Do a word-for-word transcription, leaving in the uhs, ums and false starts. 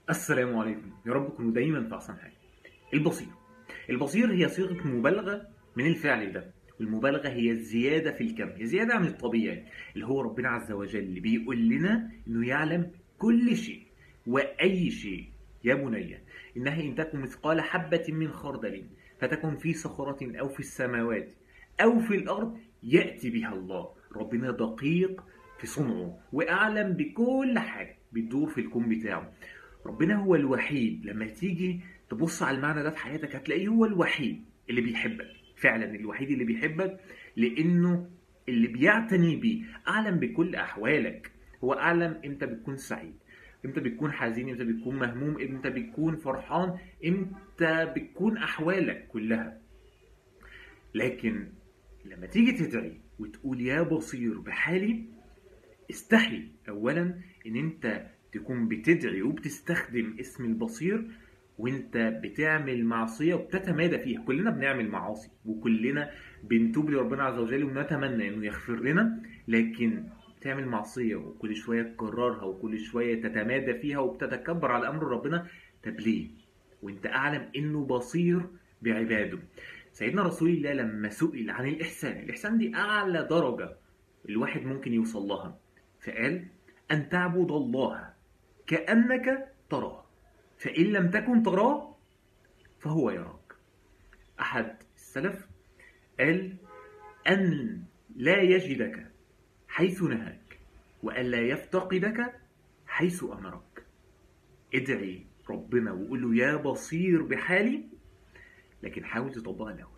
السلام عليكم، يا رب تكونوا دايما في احسن حال. البصير البصير هي صيغه مبالغه من الفعل ده، والمبالغه هي الزياده في الكم، هي زياده عن الطبيعي، اللي هو ربنا عز وجل اللي بيقول لنا انه يعلم كل شيء واي شيء. يا بني انها ان تكن مثقال حبه من خردل فتكن في صخره او في السماوات او في الارض ياتي بها الله. ربنا دقيق في صنعه واعلم بكل حاجه بتدور في الكون بتاعه. ربنا هو الوحيد، لما تيجي تبص على المعنى ده في حياتك هتلاقيه هو الوحيد اللي بيحبك، فعلا الوحيد اللي بيحبك، لانه اللي بيعتني بيه اعلم بكل احوالك. هو اعلم امتى بتكون سعيد، امتى بتكون حزين، امتى بتكون مهموم، امتى بتكون فرحان، امتى بتكون احوالك كلها. لكن لما تيجي تدعي وتقول يا بصير بحالي، استحي اولا ان انت تكون بتدعي وبتستخدم اسم البصير وانت بتعمل معصية وبتتمادى فيها. كلنا بنعمل معاصي وكلنا بنتوب لربنا عز وجل ونتمنى انه يغفر لنا، لكن بتعمل معصية وكل شوية تكررها وكل شوية تتمادى فيها وبتتكبر على امر ربنا. طب ليه وانت اعلم انه بصير بعباده؟ سيدنا رسول الله لما سئل عن الاحسان، الاحسان دي اعلى درجة الواحد ممكن يوصل لها، فقال أن تعبد الله كأنك تراه فإن لم تكن تراه فهو يراك. أحد السلف قال أن لا يجدك حيث نهاك وأن لا يفتقدك حيث أمرك. ادعي ربنا وقول له يا بصير بحالي، لكن حاول تطبقها الأول.